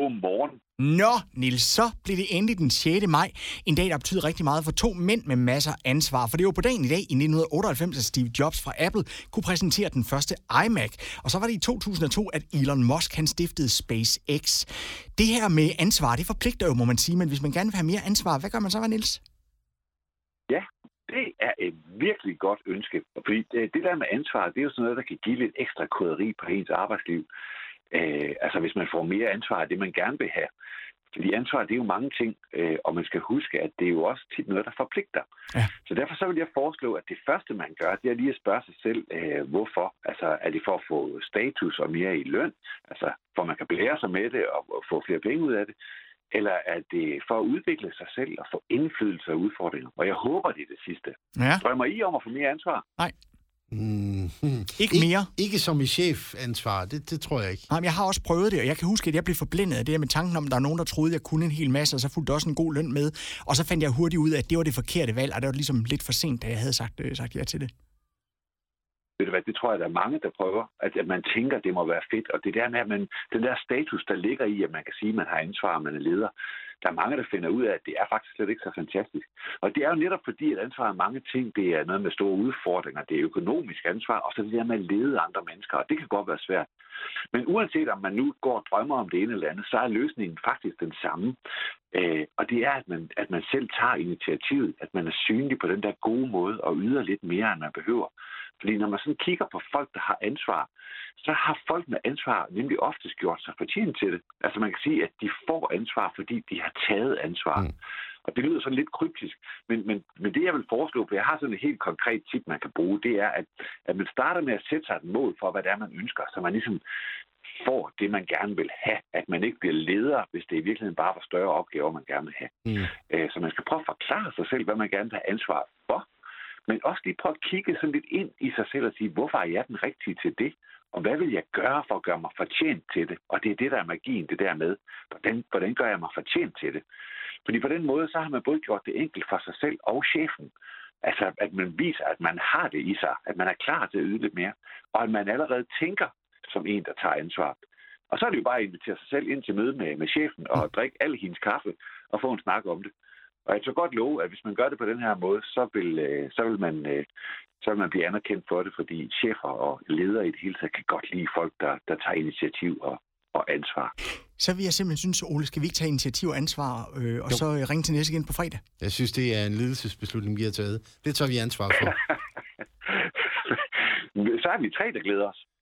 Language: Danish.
God morgen. Nå, Niels, så blev det endelig den 6. maj. En dag, der betyder rigtig meget for to mænd med masser af ansvar. For det var på dagen i dag i 1998, at Steve Jobs fra Apple kunne præsentere den første iMac. Og så var det i 2002, at Elon Musk han stiftede SpaceX. Det her med ansvar, det forpligter jo, må man sige. Men hvis man gerne vil have mere ansvar, hvad gør man så, Niels? Ja, det er et virkelig godt ønske. Fordi det der med ansvar, det er jo sådan noget, der kan give lidt ekstra koderi på ens arbejdsliv. Altså hvis man får mere ansvar af det, man gerne vil have. Fordi ansvar, det er jo mange ting, og man skal huske, at det er jo også tit noget, der forpligter. Ja. Så derfor så vil jeg foreslå, at det første, man gør, det er lige at spørge sig selv, hvorfor. Altså er det for at få status og mere i løn? Altså for man kan blære sig med det og få flere penge ud af det? Eller er det for at udvikle sig selv og få indflydelse og udfordringer? Og jeg håber, det er det sidste. Ja. Drømmer I om at få mere ansvar? Nej. Ikke mere. Ikke som i chefansvar, det tror jeg ikke. Nej, men jeg har også prøvet det, og jeg kan huske, at jeg blev forblændet af det med tanken om, at der er nogen, der troede, at jeg kunne en hel masse, og så fulgte også en god løn med. Og så fandt jeg hurtigt ud af, at det var det forkerte valg, og det var ligesom lidt for sent, da jeg havde sagt ja til det. Ved du hvad, det tror jeg, der er mange, der prøver, at man tænker, at det må være fedt. Og det der med, at den der status, der ligger i, at man kan sige, at man har ansvar, og man er leder, der er mange, der finder ud af, at det er faktisk slet ikke så fantastisk. Og det er jo netop fordi, at ansvar er mange ting. Det er noget med store udfordringer, det er økonomisk ansvar, og så det der med at lede andre mennesker, og det kan godt være svært. Men uanset om man nu går og drømmer om det ene eller andet, så er løsningen faktisk den samme. Og det er, at man selv tager initiativet, at man er synlig på den der gode måde og yder lidt mere, end man behøver. Fordi når man sådan kigger på folk, der har ansvar, så har folk med ansvar nemlig oftest gjort sig fortjent til det. Altså man kan sige, at de får ansvar, fordi de har taget ansvar. Og det lyder sådan lidt kryptisk. Men det, jeg vil foreslå, for jeg har sådan et helt konkret tip, man kan bruge, det er, at man starter med at sætte sig et mål for, hvad det er, man ønsker, så man ligesom får det, man gerne vil have. At man ikke bliver leder, hvis det i virkeligheden bare var større opgaver, man gerne vil have. Så man skal prøve at forklare sig selv, hvad man gerne vil have ansvar for. Men også lige prøve at kigge sådan lidt ind i sig selv og sige, hvorfor er jeg den rigtige til det? Og hvad vil jeg gøre for at gøre mig fortjent til det? Og det er det, der er magien, det der med. Hvordan gør jeg mig fortjent til det? Fordi på den måde, så har man både gjort det enkelt for sig selv og chefen. Altså, at man viser, at man har det i sig. At man er klar til at yde lidt mere. Og at man allerede tænker som en, der tager ansvar. Og så er det jo bare at invitere sig selv ind til møde med chefen og drikke al hendes kaffe og få en snak om det. Og jeg kan godt love, at hvis man gør det på den her måde, så vil man blive anerkendt for det, fordi chefer og ledere i det hele taget kan godt lide folk, der tager initiativ og ansvar. Så vil jeg simpelthen synes, Ole, skal vi ikke tage initiativ og ansvar, og så ringe til Niels igen på fredag? Jeg synes, det er en ledelsesbeslutning, vi har taget. Det tager vi ansvar for. Så er vi 3, der glæder os.